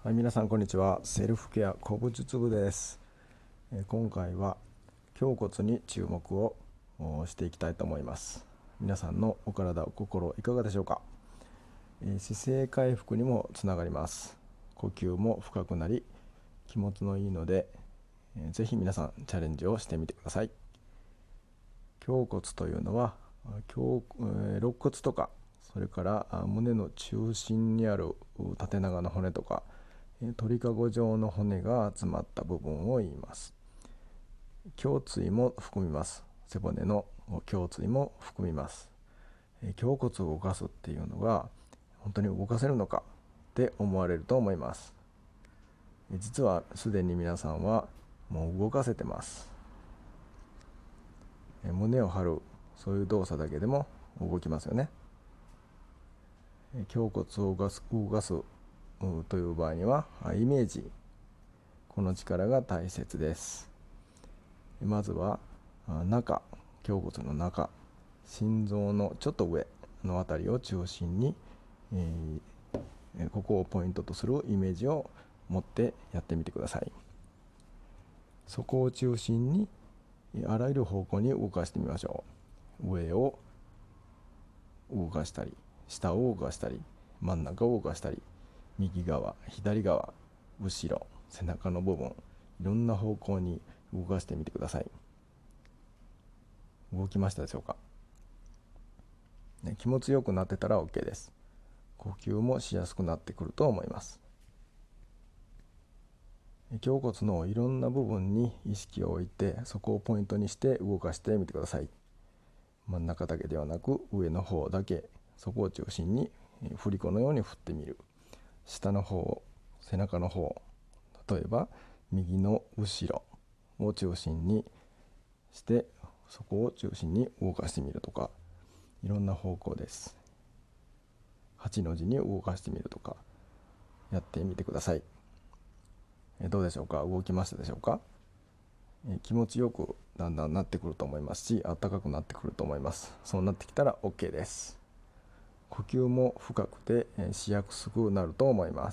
はい、皆さんこんにちは。セルフケア古武術部です。今回は胸骨に注目をしていきたいと思います。皆さんのお体、お心いかがでしょうか。姿勢回復にもつながります。呼吸も深くなり気持ちのいいので、ぜひ皆さんチャレンジをしてみてください。胸骨というのは肋骨とか、それから胸の中心にある縦長の骨とか鳥かご状の骨が集まった部分を言います。胸椎も含みます。背骨の胸椎も含みます。胸骨を動かすっていうのが本当に動かせるのかって思われると思います。実はすでに皆さんはもう動かせてます。胸を張る、そういう動作だけでも動きますよね。胸骨を動かすという場合にはイメージ、この力が大切です。まずは中、胸骨の中、心臓のちょっと上のあたりを中心に、ここをポイントとするイメージを持ってやってみてください。そこを中心にあらゆる方向に動かしてみましょう。上を動かしたり、下を動かしたり、真ん中を動かしたり、右側、左側、後ろ、背中の部分、いろんな方向に動かしてみてください。動きましたでしょうか。気持ちよくなってたら OK です。呼吸もしやすくなってくると思います。胸骨のいろんな部分に意識を置いて、そこをポイントにして動かしてみてください。真ん中だけではなく上の方だけ、そこを中心に振り子のように振ってみる。下の方、背中の方、例えば右の後ろを中心にして、そこを中心に動かしてみるとか、いろんな方向です。8の字に動かしてみるとかやってみてください。どうでしょうか。動きましたでしょうか。気持ちよくだんだんなってくると思いますし、暖かくなってくると思います。そうなってきたら OK です。呼吸も深くてしやすくなると思います。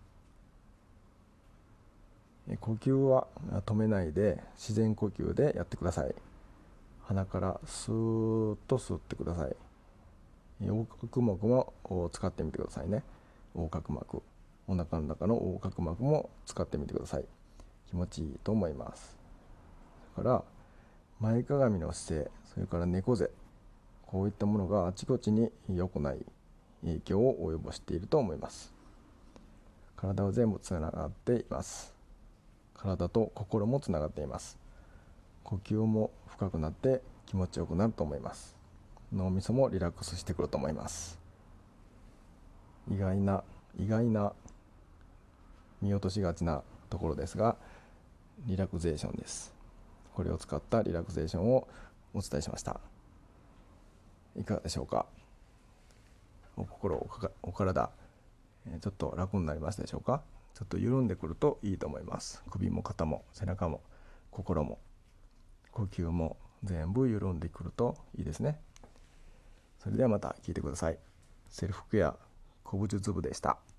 呼吸は止めないで自然呼吸でやってください。鼻からスーッと吸ってください。横隔膜も使ってみてくださいね。横隔膜、お腹の中の横隔膜も使ってみてください。気持ちいいと思います。それから前かがみの姿勢、それから猫背、こういったものがあちこちに良くない影響を及ぼしていると思います。体は全部つながっています。体と心もつながっています。呼吸も深くなって気持ちよくなると思います。脳みそもリラックスしてくると思います。意外な見落としがちなところですが、リラクゼーションです。これを使ったリラクゼーションをお伝えしました。いかがでしょうか。お心、お体、ちょっと楽になりましたでしょうか。ちょっと緩んでくるといいと思います。首も肩も背中も心も呼吸も全部緩んでくるといいですね。それではまた聞いてください。セルフケア古武術部でした。